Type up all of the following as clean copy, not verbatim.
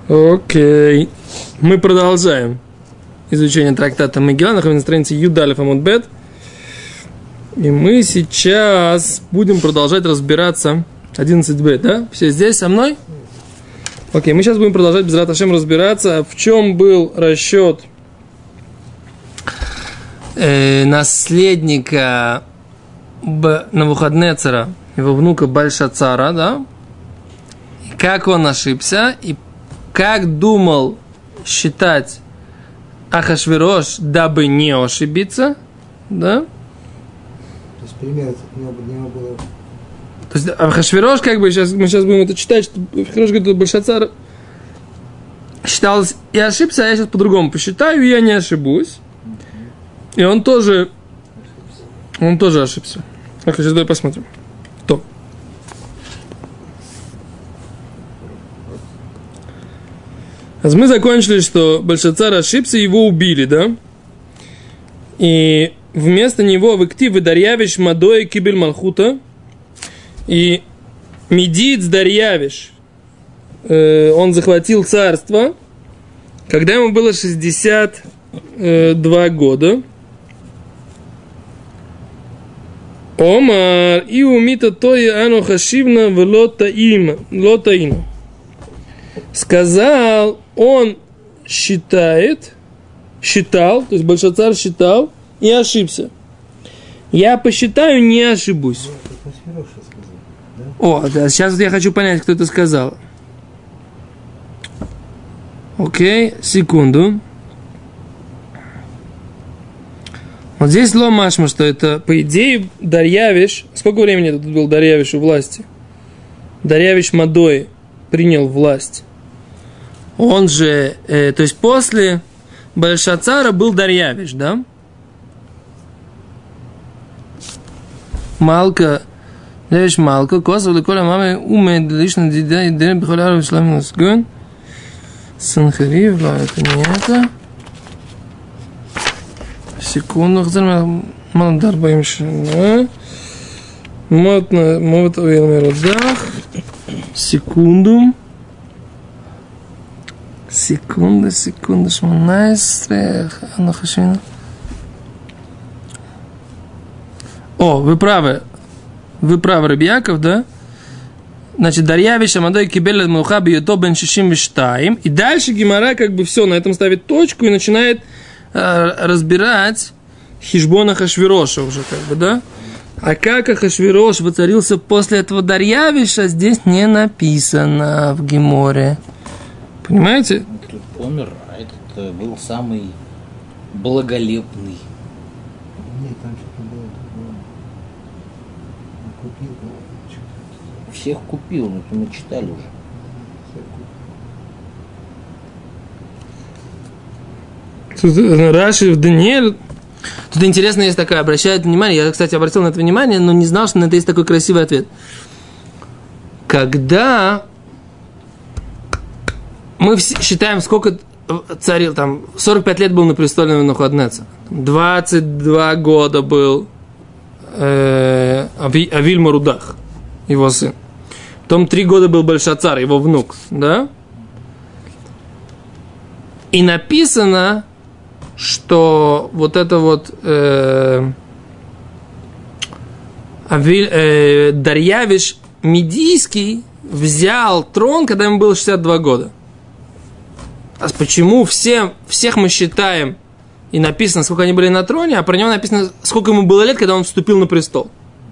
Окей. Мы продолжаем изучение трактата Мегила. Находимся на странице Юдалев Амуд Бет. И мы сейчас будем продолжать разбираться 11 бет, да? Все здесь со мной? Окей, мы сейчас будем продолжать без Раташем разбираться, в чем был расчет наследника Навуходнецера, его внука Бальшацара, да? Как он ошибся и как думал считать Ахашвирош, дабы не ошибиться, да? То есть пример у него было... То есть Ахашвирош, как бы, мы сейчас будем это читать, что Ахашвирош говорит, что Бальшацар считался и ошибся, а я сейчас по-другому посчитаю, и я не ошибусь. И он тоже ошибся. Так, сейчас давай посмотрим. То. Мы закончили, что Бальшацар ошибся, его убили, да? И вместо него в Иктив Дарьявиш Мадой Кибель Малхута и Медиц Дарьявиш он захватил царство, когда ему было 62 года. Омар и умита тоя ану хашивна в лотаину. Сказал, он считал, то есть Бальшацар считал и ошибся. Я посчитаю, не ошибусь. О, да, сейчас я хочу понять, кто это сказал. Окей, секунду. Вот здесь ломашма, что это, по идее, Дарьявиш. Сколько времени тут был Дарьявиш у власти? Дарьявиш Мадой принял власть. Он же, то есть после Бальшацара был Дарьявиш, да? Малка, Дарьявиш Малка, Косов, Леколя, мама, умеет лично дидя, и дыря, бихоляра, вишламин, усгон. Санхарив, это не это. Секунду, Малдар Баимшина. Мот Уилмеродах. Секунду, Шманайстре. О, вы правы, Раби Яков, да? Значит, Дарьявиш Амадой Кибель Мухаби Ето Бен Шишим Виштаим. И дальше Гемара как бы все, на этом ставит точку и начинает разбирать Хишбона Ахашвироша уже как бы, да? А как Ахашвирош воцарился после этого Дарьявиша, здесь не написано в Геморе. Понимаете? Тут помер, а этот был самый благолепный. Нет, там что-то было другое. Купил кого-то. Всех купил, но мы читали уже. Тут Раши в Даниэль. Тут интересно, есть такое, обращает внимание. Я, кстати, обратил на это внимание, но не знал, что на это есть такой красивый ответ. Когда мы считаем, сколько царил, там, 45 лет был на престоле Навуходоносора, 22 года был Авиль Марудах, его сын. Потом 3 года был Бальшацар, его внук, да? И написано, что вот это вот Дарьявиш Медийский взял трон, когда ему было 62 года. А почему всех мы считаем, и написано, сколько они были на троне, а про него написано, сколько ему было лет, когда он вступил на престол?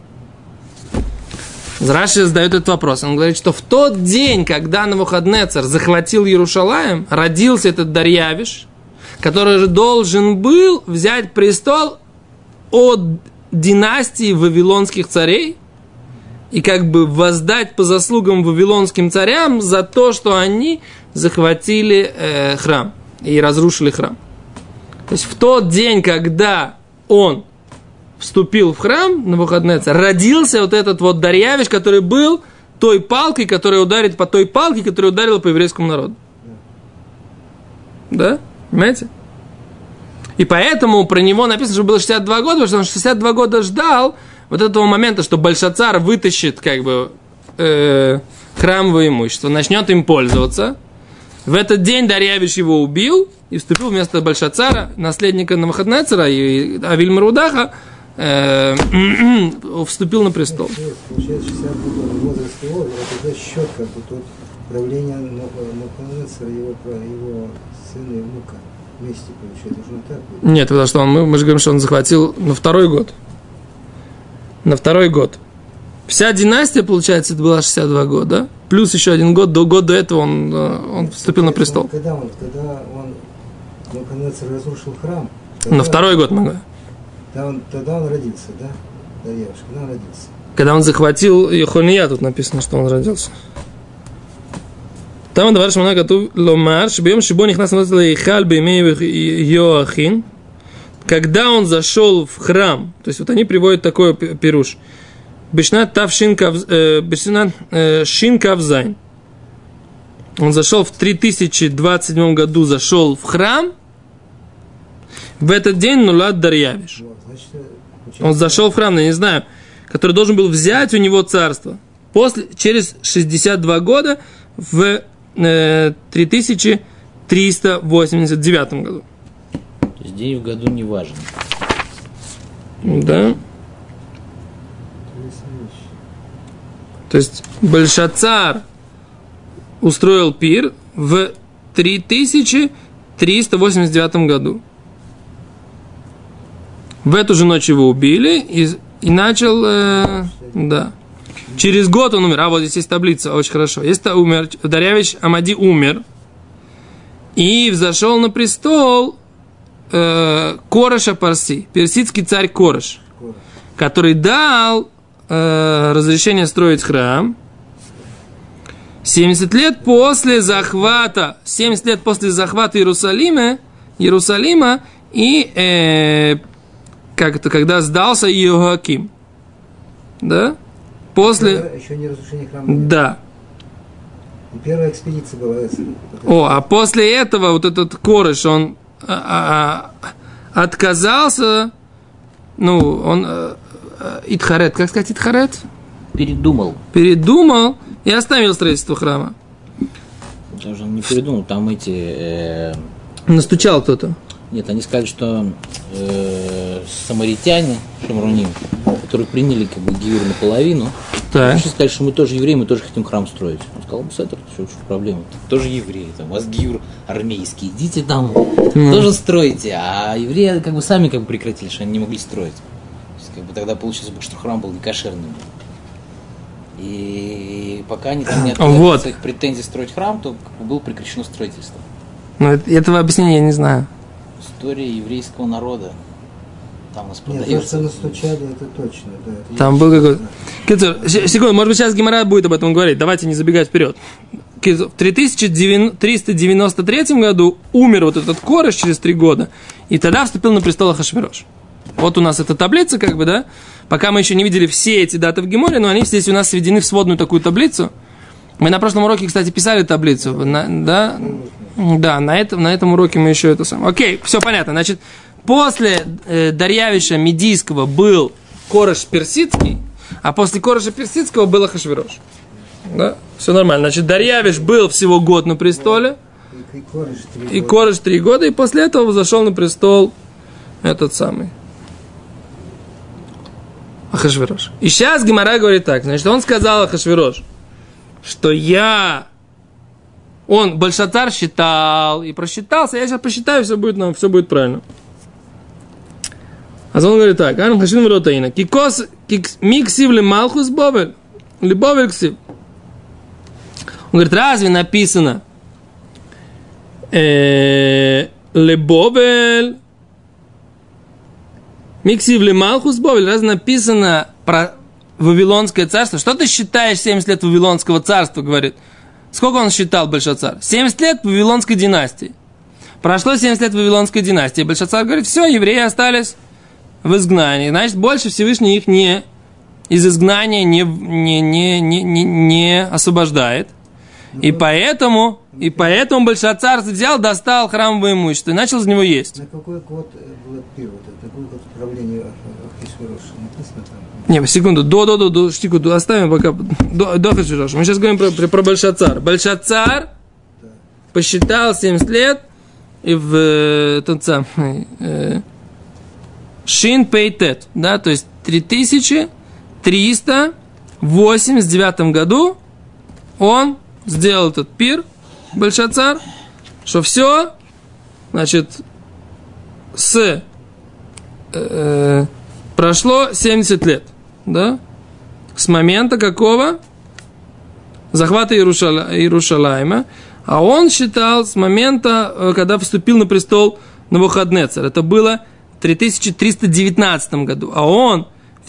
Раши задает этот вопрос. Он говорит, что в тот день, когда Навуходоносор захватил Иерушалаим, родился этот Дарьявиш, который же должен был взять престол от династии вавилонских царей и как бы воздать по заслугам вавилонским царям за то, что они захватили храм и разрушили храм. То есть в тот день, когда он вступил в храм Навуходоносор, родился вот этот вот Дарьявиш, который был той палкой, которая ударит по той палке, которая ударила по еврейскому народу. Да? Понимаете? И поэтому про него написано, что было 62 года, потому что он 62 года ждал вот этого момента, что Бальшацар вытащит как бы храмовое имущество, начнет им пользоваться, В этот день Дарьявиш его убил и вступил вместо Бельшацара, наследника Навуходоносора и Авиль-Мерудаха, вступил на престол. Получается, 60 был возраст его, это счет, как бы тут правление Навуходоносора, его сына и внука вместе получается. Уже так будет. Нет, потому что мы же говорим, что он захватил на второй год. На второй год. Вся династия, получается, это была 62 года, плюс еще один год, до этого он вступил на престол. Когда он Навуходоносор разрушил храм? На второй год мы говорим. Тогда он родился, да? Дарьявиш, когда он родился? Когда он захватил Йохония, тут написано, что он родился. Там давай шмана катув ломар, шебьем шибо нихнас лейхаль беймей Йоахин. Когда он зашел в храм, то есть вот они приводят такой пируш. Бешнат Шинкавзайн. Он зашел в 3027 году, зашел в храм. В этот день нулад Дарьявиш. Он зашел в храм, я не знаю, который должен был взять у него царство. Через 62 года в 3389 году. То есть день в году не важен. Да. То есть Бельшацар устроил пир в 3389 году. В эту же ночь его убили и начал... да. Через год он умер. А вот здесь есть таблица, очень хорошо. Умер, Дарьявиш Амади умер и взошел на престол Кореша Парси, персидский царь Кореш, который дал разрешение строить храм 70 лет после захвата Иерусалима и когда сдался Иоаким. Да? Еще не разрушение храма. Да. И первая экспедиция была. А после этого вот этот Кореш, он отказался, он Итхарет, как сказать Итхарет? Передумал и оставил строительство храма. Даже он не передумал, там настучал кто-то. Нет, они сказали, что самаритяне, шамруним, которые приняли гиюр наполовину, они сказали, что мы тоже евреи, мы тоже хотим храм строить. Он сказал, это что проблема? Тоже евреи, у вас гиюр армейский, идите там, тоже стройте. А евреи сами прекратили, что они не могли строить. То есть, тогда получилось бы, что храм был некошерным. И пока они там не отказались от своих претензий строить храм, то было прекращено строительство. Этого объяснения я не знаю. История еврейского народа. Там нас продается. Нет, то, что настучали, это точно. Да, это там был какой-то... Секунду, может быть, сейчас Гемара будет об этом говорить. Давайте не забегать вперед. В 3393 году умер вот этот Кореш через 3 года, и тогда вступил на престол Ахашверош. Вот у нас эта таблица, да? Пока мы еще не видели все эти даты в Геморе, но они здесь у нас сведены в сводную такую таблицу. Мы на прошлом уроке, кстати, писали таблицу. Да, на этом уроке мы еще это самое. Окей, все понятно. Значит, после Дарьявиша Медийского был Кореш Персидский, а после Кореша Персидского был Ахашверош. Да? Все нормально. Значит, Дарьявиш был всего год на престоле, и Кореш 3 года, и после этого зашел на престол этот самый Ахашверош. И сейчас Гемара говорит так. Значит, он сказал Ахашверош, что он Бельшацар считал и просчитался, я сейчас посчитаю, все будет правильно. А он говорит так: Ан хашин вротаина. Кикос миксив ли малхус бобель? Ли бобель ксив? Он говорит, разве написано ли бобель миксив ли малхус бобель? Разве написано про Вавилонское царство? Что ты считаешь 70 лет Вавилонского царства, говорит? Сколько он считал Бельшацар? 70 лет Вавилонской династии. Прошло 70 лет Вавилонской династии. Бельшацар говорит, все, евреи остались в изгнании. Значит, больше Всевышний их из изгнания не освобождает. И поэтому Бельшацар взял, достал храмовое имущество и начал из него есть. На какой год было первое? Какой год правления Ахашвероша? Написано там? Не, секунду, оставим пока до Ахашвероша. Мы сейчас говорим про Бельшацар. Бельшацар посчитал 70 лет и в тот самый Шин Пейтет, да, то есть 3389 году он сделал этот пир, Бельшацар, что все, значит, прошло 70 лет, да, с момента какого? Захвата Иерушалайма, а он считал с момента, когда вступил на престол Навуходнецар. Это было в 3319 году, а он в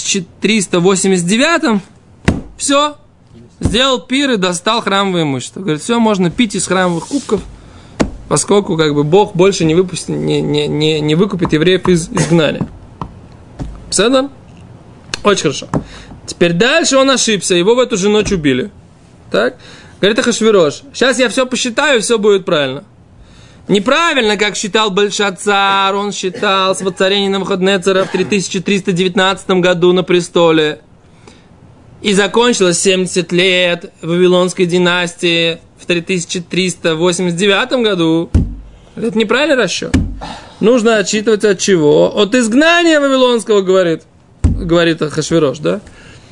3389 все, сделал пир и достал храмовое имущество. Говорит, все, можно пить из храмовых кубков, поскольку как бы Бог больше не выкупит евреев из изгнания. Все, очень хорошо. Теперь дальше он ошибся, его в эту же ночь убили. Так? Говорит Ахашвирош, сейчас я все посчитаю, и все будет правильно. Неправильно, как считал Бельшацар, он считал с воцарением Навуходнецара в 3319 году на престоле. И закончилось 70 лет Вавилонской династии в 3389 году. Это неправильный расчет. Нужно отчитывать от чего? От изгнания Вавилонского, говорит Ахашвирош, да?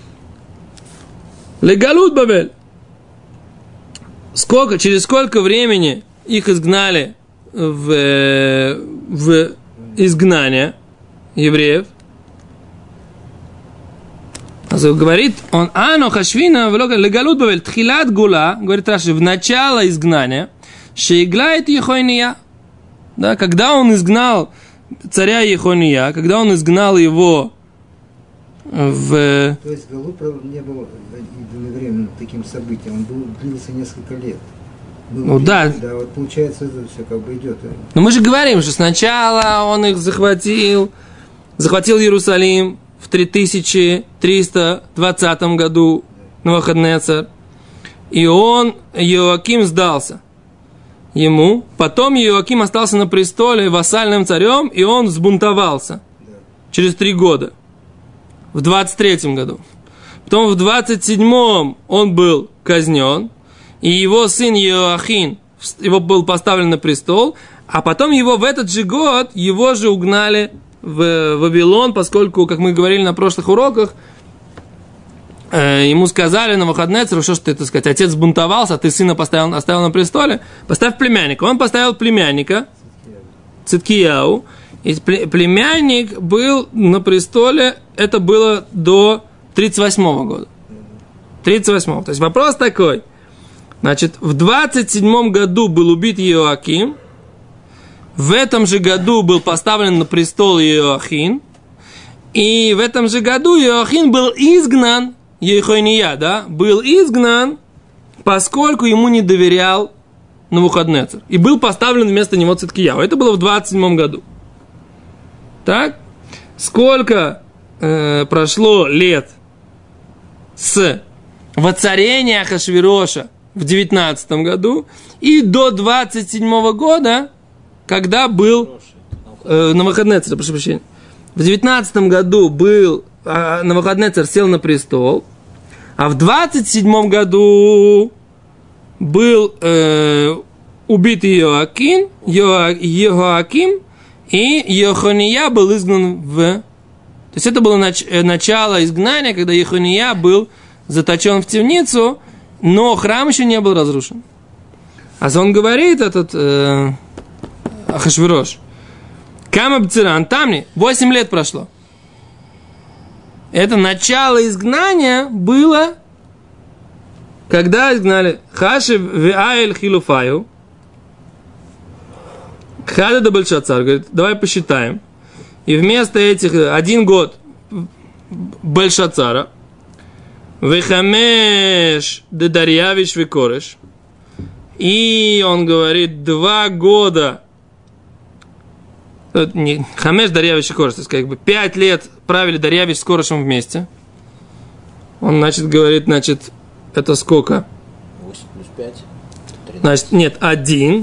Легалут Бавель. Через сколько времени их изгнали в изгнание евреев? Говорит он, Хашвина, Легалут Бавель, Тхилат Гула, говорит Раши, в начало изгнания, Шейглает Ехония, да, когда он изгнал царя Ехония, когда он изгнал его в... То есть Галут не был единовременным таким событием, он длился несколько лет. Да, вот получается, это все как бы идет. Но мы же говорим, что сначала он их захватил Иерусалим в 3320 году, Навуходнецар, и Иоаким сдался ему, потом Иоаким остался на престоле вассальным царем, и он взбунтовался через 3 года, в 23 году. Потом в 27 он был казнен, и его сын Иоахин, его был поставлен на престол, а потом его в этот же год, его же угнали в Вавилон, поскольку, как мы говорили на прошлых уроках, ему сказали Навуходнецару, что ж ты, так сказать, отец бунтовался, а ты сына оставил на престоле, поставь племянника. Он поставил племянника, Циткияу, и племянник был на престоле, это было до 38 года. 38. То есть вопрос такой. Значит, в 27 году был убит Иоаким, в этом же году был поставлен на престол Иоахин, и в этом же году Иоахин был изгнан, Ехония, да, был изгнан, поскольку ему не доверял Навуходнецар, и был поставлен вместо него Циткияу. Это было в 27 году. Так? Сколько прошло лет с воцарения Ахашвироша в 19 году и до 27 года, когда был Навуходнецар, прошу прощения. В 19 году был Навуходнецар сел на престол, а в 27 году был убит Иоаким, и Ехония был изгнан То есть это было начало изгнания, когда Ехония был заточен в темницу, но храм еще не был разрушен. А он говорит, этот Ахашвирош, Кама Бциран, Тамни, 8 лет прошло. Это начало изгнания было, когда изгнали Хашев Веаэль Хилуфаю, Хада да Бельшацар, говорит, давай посчитаем. И вместо этих 1 год Бельшацара, Вехамеш да Дарьявиш Викореш, и он говорит 2 года, не, Хамеш Дарьявиш и Кореш, то есть как бы 5 лет правили Дарьявиш с Корешем вместе. Он, значит, говорит, это сколько? 8 плюс 5. 13. Значит, нет, 1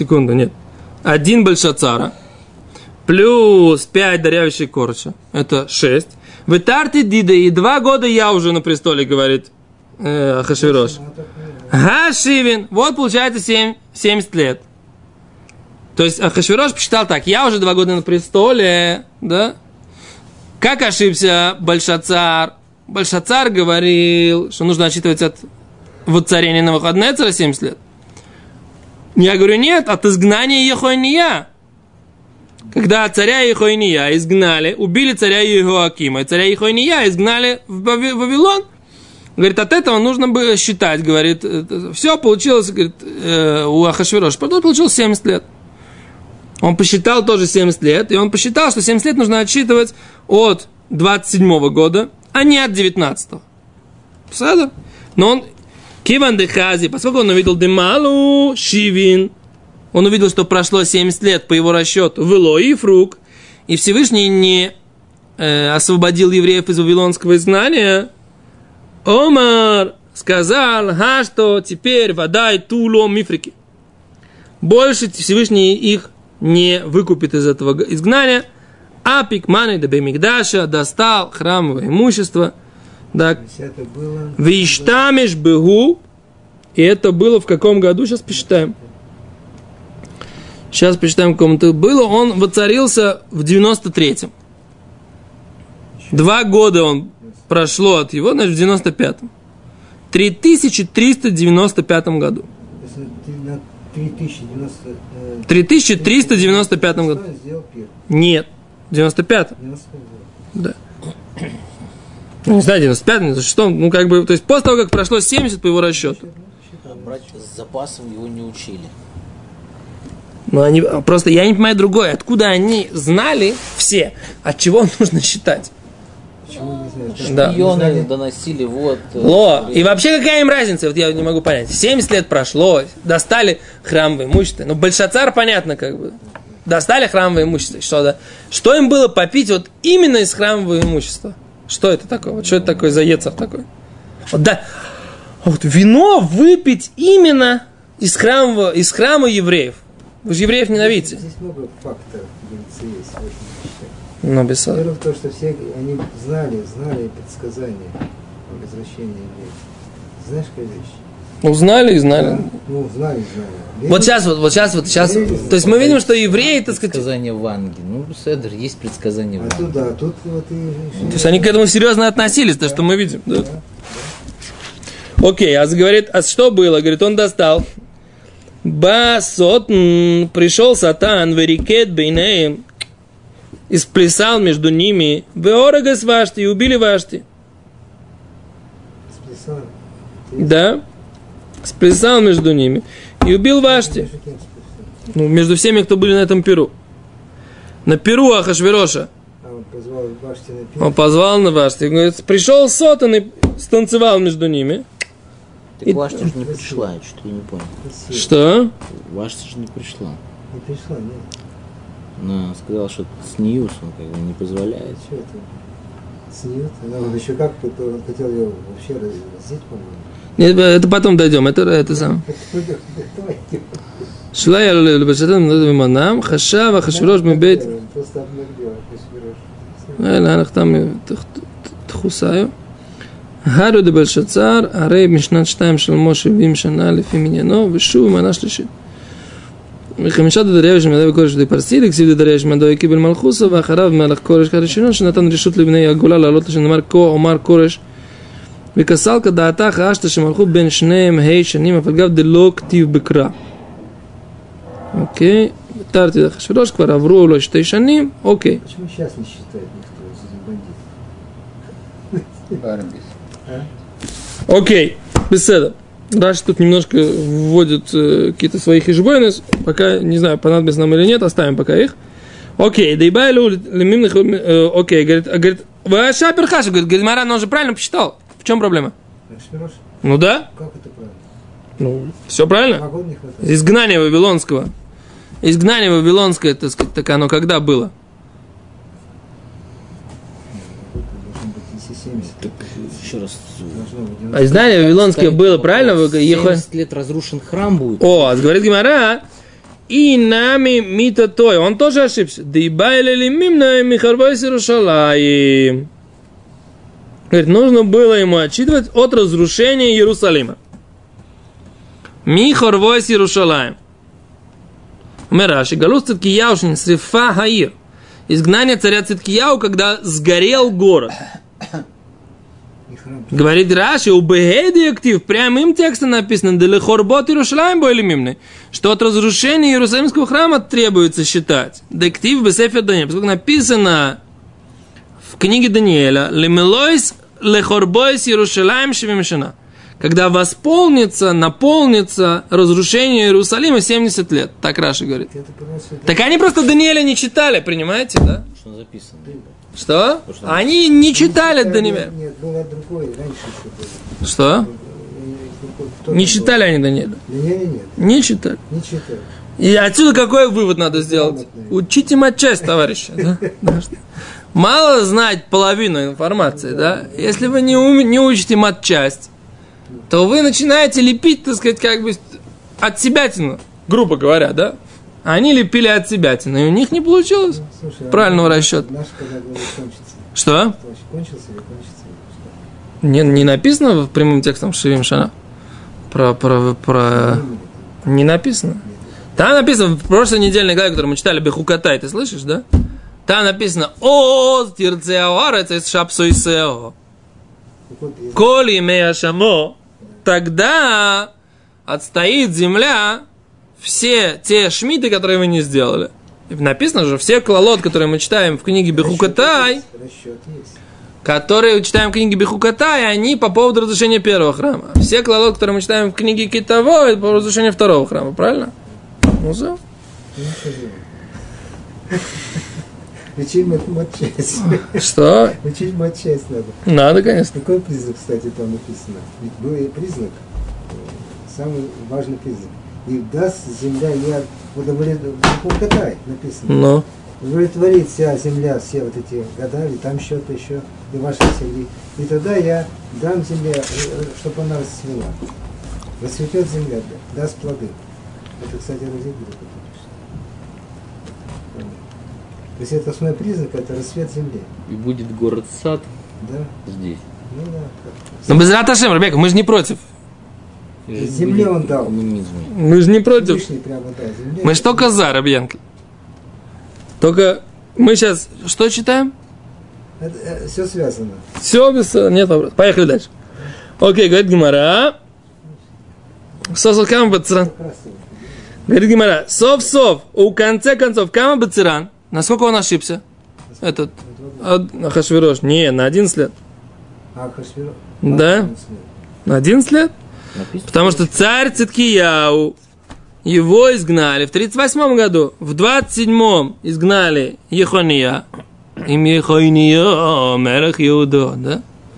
Бельшацара плюс 5 Дарьявиш и Кореша, это 6. В Итарте Дида, и 2 года я уже на престоле, говорит Ахашвирош. Гашивин, вот получается 70 лет. То есть Ахашвирош посчитал так, я уже 2 года на престоле, да? Как ошибся Бельшацар? Бельшацар говорил, что нужно отсчитывать от воцарения Навуходоносора 70 лет. Я говорю, нет, от изгнания Ехония. Когда царя Ехония изгнали, убили царя Иоакима, и царя Ехония изгнали в Вавилон. Говорит, от этого нужно было считать, говорит, все получилось, говорит, у Ахашвироша. Потом получилось 70 лет. Он посчитал тоже 70 лет, и он посчитал, что 70 лет нужно отсчитывать от 27 года, а не от 19-го. Посмотрите? Но он, Киван де Хази, поскольку он увидел Демалу Шивин, он увидел, что прошло 70 лет по его расчету, Вело и Фрук, и Всевышний не освободил евреев из вавилонского изгнания, Омар сказал, что теперь вода и туло мифрики. Больше Всевышний их не выкупит из этого изгнания, а Пикманы до Бемигдаша достал храмовое имущество. Виштамеш бегу, и это было в каком году? Сейчас посчитаем. Сейчас посчитаем, в каком это было. Он воцарился в 93-м. 2 года он прошло от его, значит, в 95-м. 3395 году. 3395 году. Нет, в 95-м. Да. Не знаю, 95-м, что, ну как бы, то есть после того, как прошло 70 по его расчету. А брать с запасом его не учили. Ну, они, просто я не понимаю другое. Откуда они знали все, от чего нужно считать? Шпионы доносили, вот. И вообще какая им разница? Вот я не могу понять. 70 лет прошло, достали храмовое имущество. Ну, Бельшацар, понятно, как бы. Достали храмовое имущество. Что им было попить вот именно из храмового имущества? Что это такое? Вот что это такое за ецар такой? Вот, да. Вот вино выпить именно из храма евреев. Вы же евреев ненавидите. Здесь много факторов, есть в этом. Но без Во-первых, то, что все они знали предсказания о возвращении евреев. Знаешь, какая вещь? Ну, знали и знали. Да? Ну, знали. Вот сейчас. То есть мы видим, что евреи, так сказать... Предсказания в Анге. Ну, Седр, есть предсказания в Анге. Тут вот и... То есть они к этому серьезно относились, то, что мы видим. Да? Окей, говорит, что было? Говорит, он достал. Басот, пришел Сатан, верикет бейнеем, и сплясал между ними, веорагас Вашти, и убили Вашти. Сплясал? Да. Сплясал между ними и убил Вашти. Ну, между всеми, кто были на этом пиру. На пиру Ахашвироша. Он позвал Вашти на пир? Он позвал на Вашти. Говорит, пришел Сотан и станцевал между ними. Так Вашти же не пришла, я что-то не понял. Что? Вашти же не пришла. Не пришла, нет. Она сказала, что Сниус, он как бы не позволяет. Что это? Сниус? Она вот еще как хотел ее вообще раздеть, по-моему. Нет, это потом дойдем. Это сам. Шлая лебешатан надавиманам, хашава хашвирош бебейт. Просто обнаглел Хашвирош. Нахтам тхусаю. Гару де Бельшацар, арей мишнат штаем шел Моше вим шана лефи миньяно, вишу мана шлишит. וחמישה דדריה שמדע בקורש די פרסיל, כסיב דדריה שמדע קיבל מלכוסה, ואחריו מלך קורש הראשונה, שנתן רשות לבני הגולה לעלות לשנאמר כה אומר קורש, וכסל כדעתה חשת שמלכו בין שניהם שנים, אבל גב דלא כתיב בקרא. אוקיי, תרתי לאחשוורוש, כבר עברו לו 2 שנים, אוקיי. Почему сейчас не считает никто из бандитов? Окей, беседа. Дальше тут немножко вводят какие-то свои хижбоины. Пока, не знаю, понадобится нам или нет, оставим пока их. Окей, дейбайлю лемимных... Окей, говорит, Ваша Перхаша, говорит, Маран, он же правильно посчитал. В чем проблема? Ну да. Как это правильно? Ну, все правильно. Изгнание Вавилонского. Изгнание Вавилонское, так сказать, так оно когда было? Еще раз. А изгнание Вавилонское было, правильно? 70 лет разрушен храм будет. О, говорит Гемара, и нами мита той. Он тоже ошибся. Дайбайли мимна михарвайс Иерушалаим. Говорит, нужно было ему отчитывать от разрушения Иерусалима. Михарвайс Иерушалаим. Умераши, Галус Циткияу Срифа Хаир. Изгнание царя Циткияу, когда сгорел город. Говорит Раши, у Бегеди актив, прямым текстом написано, Делехорбот Иерушалаим бойлимимны, что от разрушения Иерусалимского храма требуется считать. Дектив Бесефер Даниэль, поскольку написано в книге Даниэля, Лемелойс Лехорбойс Иерушалаим Шевимшина, когда наполнится разрушение Иерусалима 70 лет. Так Раши говорит. Так они просто Даниэля не читали, понимаете, да? Что записано. Что? Они не читали Даниэля. Нет, было другое, раньше еще было. Что? Не читали они Даниэля? Даниэля нет. Не читали. Не читали. И отсюда какой вывод надо сделать? Учите матчасть, товарищи. Да? Мало знать половину информации, да? Если вы не учите матчасть, то вы начинаете лепить, так сказать, как бы от себятину, грубо говоря, да? Они лепили от себятину, и у них не получилось правильного расчета. Наш когда кончится. Что? Кончился или кончится? Не написано прямым текстом Шевим Шана? Не написано? Там написано в прошлой недельной главе, которую мы читали, Бехукатай, ты слышишь, да? Там написано «О, тирцеоарец из шапсуисео». «Коли мея шамо», тогда отстоит земля все те шмиты, которые вы не сделали. И написано же, все клалот, которые мы читаем в книге Бехукатай, которые читаем в книге Бехукатай, они по поводу разрушения первого храма. Все клалот, которые мы читаем в книге Китаво, это по поводу разрушения второго храма, правильно? Ну все. Учить матчасть. Что? Учить матчасть надо. Надо, конечно. Какой признак, кстати, там написано? Ведь был и признак, самый важный признак. И даст земля я Бехукатай написано. Ну. Удовлетворит вся земля, все вот эти года, и там что-то еще, и ваши семьи. И тогда я дам земле, чтобы она расцвела. Расцветет земля, даст плоды. Это, кстати, развитие. То есть это основной признак, это рассвет земли. И будет город-сад здесь. Ну да. Но без раташем, Ребекка, мы же не против. Земле он дал. Мы же не против. Мы же только за, Рабьянка. Только мы сейчас что читаем? Это, все связано. Все, нет вопросов. Поехали дальше. Окей, говорит Гимара. Сосов кама бациран. Говорит Гимара. Сов, у конце концов, кама бациран. Насколько он ошибся? Этот Ахашвирош. Не, на 11 лет. Ахашвирош? Да? На 11 лет? Потому что царь Циткияу, его изгнали в 38 году. В 27-м изгнали Ехония. Им Ехония, Мелех Иудо, да?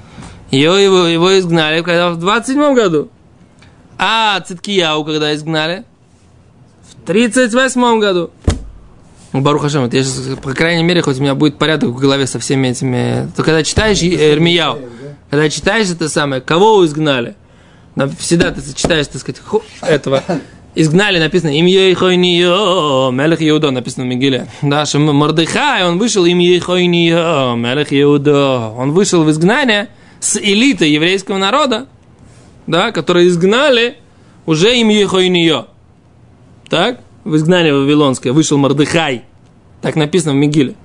Его изгнали когда в 27 году. А Циткияу когда изгнали? В 38 году. Барух Хашем, я сейчас, по крайней мере, хоть у меня будет порядок в голове со всеми этими... То когда читаешь Ирмияу, когда читаешь это самое, кого изгнали? Всегда ты читаешь, так сказать, этого... Изгнали, написано, им Ейхойнио, Мелех Иудо, написано в Мегиле. Да, что Мордехай, он вышел, им Ейхойнио, Мелех Иудо. Он вышел в изгнание с элитой еврейского народа, да, которые изгнали уже им Ейхойнио. Так? В изгнание вавилонское вышел Мордехай. Так написано в Мегиле.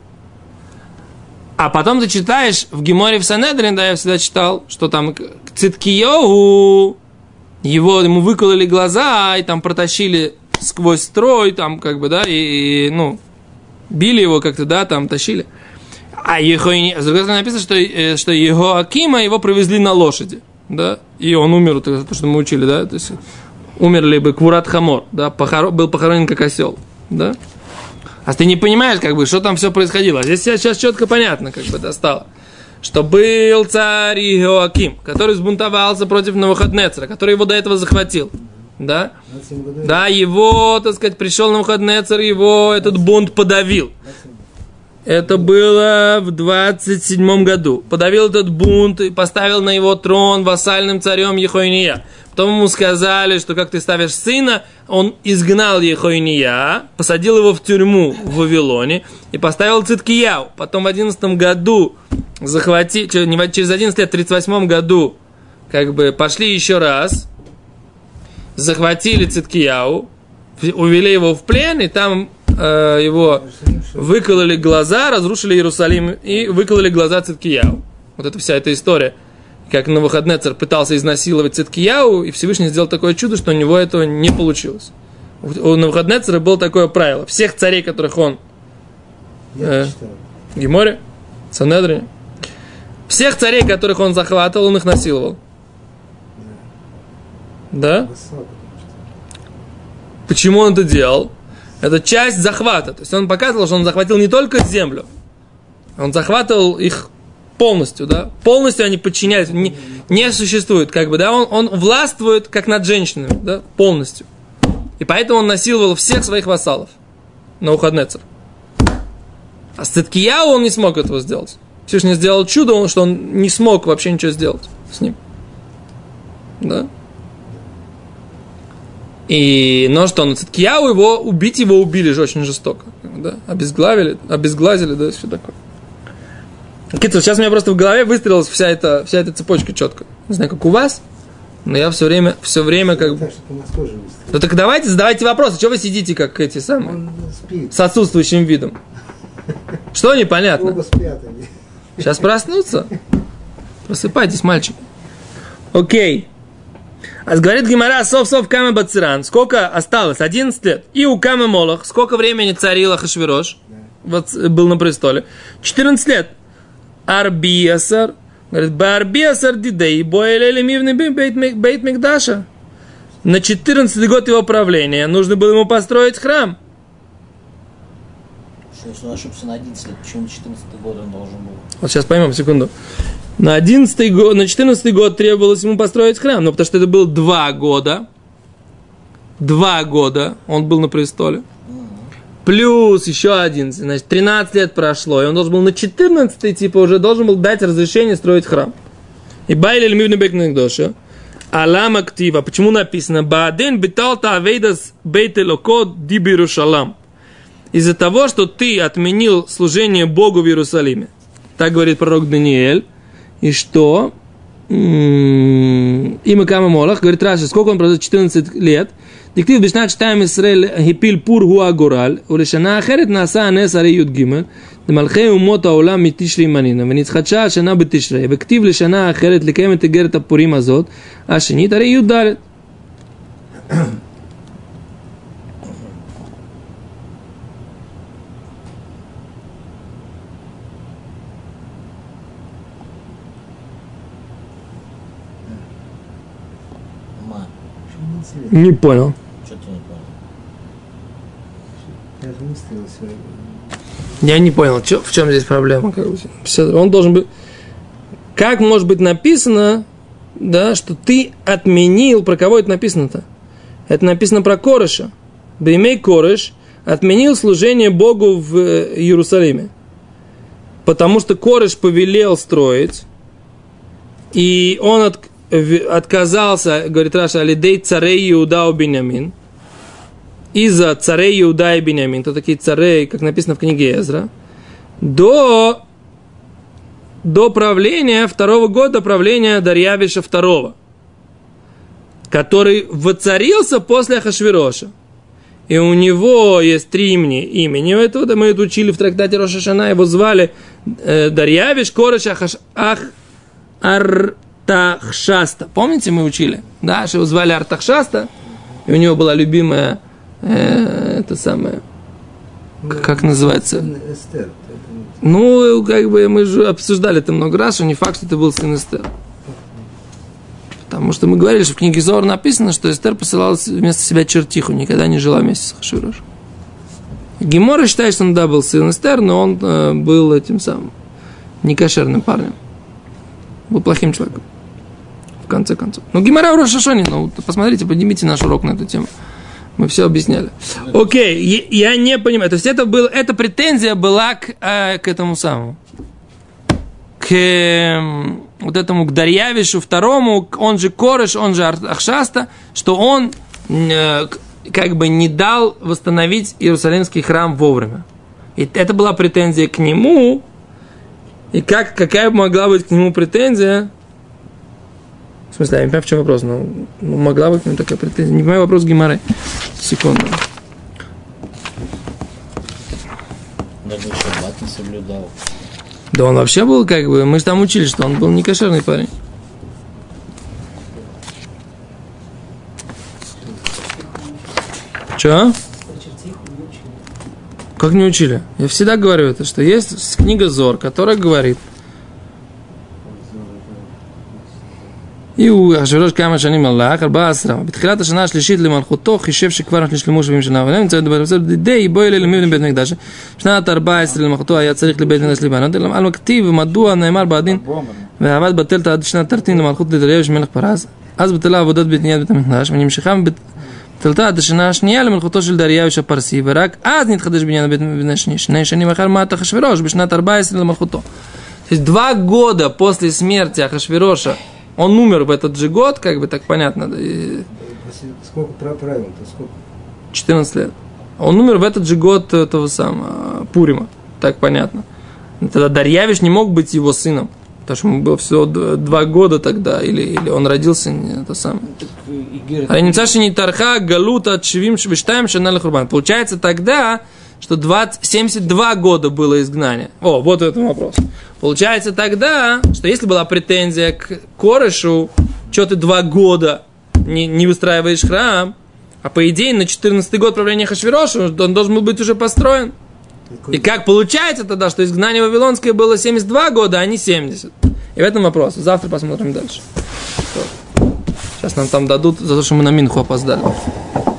А потом ты читаешь в Геморе в Санедрин, да, я всегда читал, что там к Циткияу, ему выкололи глаза, и там протащили сквозь строй, там, как бы, да, и били его как-то, да, там, тащили. А Ехоини, с другой стороны написано, что Ехоакима его привезли на лошади, да, и он умер, то, что мы учили, да, то есть умерли бы Квурат Хамор, да, был похоронен как осел, да. А ты не понимаешь, как бы, что там все происходило. Здесь сейчас четко понятно, как бы, да, стало. Что был царь Иоаким, который сбунтовался против Навуходнецера, который его до этого захватил. Да? Да, его, так сказать, пришел Навуходнецер, его этот бунт подавил. Это было в 27 году. Подавил этот бунт и поставил на его трон вассальным царем Ехойния. Потом ему сказали, что как ты ставишь сына, он изгнал Ехойния, посадил его в тюрьму в Вавилоне и поставил Циткияу. Потом в 11 году через 11 лет, в 38 году, как бы пошли еще раз, захватили Циткияу увели его в плен, и там его выкололи глаза, разрушили Иерусалим и выкололи глаза Циткияу. Вот это вся эта история. Как Навуходоносор пытался изнасиловать Циткияу, и Всевышний сделал такое чудо, что у него этого не получилось. У Навуходоносора было такое правило. Всех царей, которых он... Геморе, Санедрине. Всех царей, которых он захватывал, он их насиловал. Да? Почему он это делал? Это часть захвата. То есть он показывал, что он захватил не только землю, он захватывал их полностью, да? Полностью они подчинялись, не существует, как бы, да? Он властвует, как над женщинами, да? Полностью. И поэтому он насиловал всех своих вассалов. Навуходоносор. А с Циткияу он не смог этого сделать. Всевышний сделал чудо, что он не смог вообще ничего сделать с ним. Да? Но что, на Циткияу убить его убили же очень жестоко. Да? Обезглазили, да, все такое. Сейчас у меня просто в голове выстроилась вся эта цепочка четко. Не знаю, как у вас, но я все время как бы... Ну так давайте, задавайте вопросы. Чего вы сидите, как эти самые? С отсутствующим видом. Что непонятно? Сейчас проснутся? Просыпайтесь, мальчики. Окей. А говорит Гемара, сов каме бациран. Сколько осталось? 11 лет. И у каме молох. Сколько времени царил Ахашвирош? Вот был на престоле. 14 лет. Арбиасар. Говорит, Барбиасар дидей, боэлели мивны бейт микдаша. На 14-й год его правления нужно было ему построить храм. Если он ошибся на 11 лет, почему на 14-й год он должен был? Вот сейчас поймем, секунду. На 14-й год требовалось ему построить храм, но потому что это было 2 года. 2 года он был на престоле. Плюс еще 11, значит, 13 лет прошло, и он должен был на 14-й, типа, уже должен был дать разрешение строить храм. И Байлель мивны бейт микдаша. Алама ктива. Почему написано? Бааден биталта авейдас бейт элокот ди бирушалам. Из-за того, что ты отменил служение Богу в Иерусалиме. Так говорит пророк Даниэль. И что? Има Кама Молах. Говорит Раши, сколько он прожил? 14 лет. Диктив бешнат штайм Исраэль хипил пур хуа гораль. Улешана ахерет наса анес ари юд гимель. Демалхей умот аулам מתשרי מנינה. ונצחדשה השנה בתשרי. וכתיב לשנה אחרת לקיים את איגרת הפורים הזאת. השנית הרי י"ד. Не понял. Что ты не понял? Я не понял, в чем здесь проблема. Он должен быть... Как может быть написано, да, что ты отменил... Про кого это написано-то? Это написано про Кореша. Беймей Кореш отменил служение Богу в Иерусалиме. Потому что Кореш повелел строить, и он отказался, говорит Раша, алидей царей Иуда у Биньямин, из-за царей Иуда и Биньямин, то такие царей, как написано в книге Эзра, до правления 2-го года правления Дарьявиша II, который воцарился после Ахашвироша. И у него есть 3 имени. Этого мы это учили в трактате Рош ха-Шана. Его звали Дарьявиш, Кореш, Артахшаста. Помните, мы учили? Да, что его звали Артахшаста. И у него была любимая это самое, как называется? Эстер. Ну, как бы мы же обсуждали это много раз, что не факт, что это был сын Эстер. Потому что мы говорили, что в книге Зоар написано, что Эстер посылала вместо себя чертиху, никогда не жила вместе с Ахашвирошем. Гемора считает, что он, да, был сын Эстер, но он был этим самым некошерным парнем. Был плохим человеком. В конце концов. Ну, Гемора в Рош ха-Шане, ну, посмотрите, поднимите наш урок на эту тему. Мы все объясняли. Окей, я не понимаю. То есть эта претензия была к этому самому. К вот этому, к Дарьявишу II, он же Кореш, он же Ахшаста, что он как бы не дал восстановить Иерусалимский храм вовремя. И это была претензия к нему. И какая могла быть к нему претензия? В смысле, я не понимаю, в чем вопрос, но могла быть к нему такая претензия. Не понимаю вопрос Гемары. Секунду. Наверное, шаббат не соблюдал. Да он вообще был как бы, мы же там учили, что он был не кошерный парень. Че? Как не учили? Я всегда говорю это, что есть книга Зор, которая говорит, и у Ахашвирош кама шаним Аллах, 14, בתחילת השנה השלישית למלכותו, חישב שכבר נשלמו 70 שנה, ונמצא די בוא אלה למי בבית מקדש, בשנת 14 למלכותו היה צריך לבית מקדש לבנות, על מכתיב, מדוע נאמר בעדין, ועבד בטלת עד שנת 13 למלכות לדריווש מלך פרס, אז בטלה עבודת בניית בית המקדש, ונמשכה בטלתה עד השנה השנייה למלכותו של דריווש הפרסי, ורק אז נתחדש בניין בית מקדש שני שנים אחר מאת אחשוורוש, בשנת 14 למלכותו. То есть 2 года после смерти Ахашвироша он умер в этот же год, как бы так понятно. Сколько правил-то? Сколько? 14 лет. Он умер в этот же год этого самого Пурима. Так понятно. Тогда Дарьявиш не мог быть его сыном. Потому что ему было всего 2 года тогда. Или он родился не то самое. Получается тогда, что 72 года было изгнание. О, вот этот вопрос. Получается тогда, что если была претензия к Корешу, что ты 2 года не выстраиваешь храм, а по идее на 14-й год правления Ахашвироша он должен был быть уже построен. И как получается тогда, что изгнание вавилонское было 72 года, а не 70? И в этом вопрос. Завтра посмотрим дальше. Сейчас нам там дадут за то, что мы на Минху опоздали.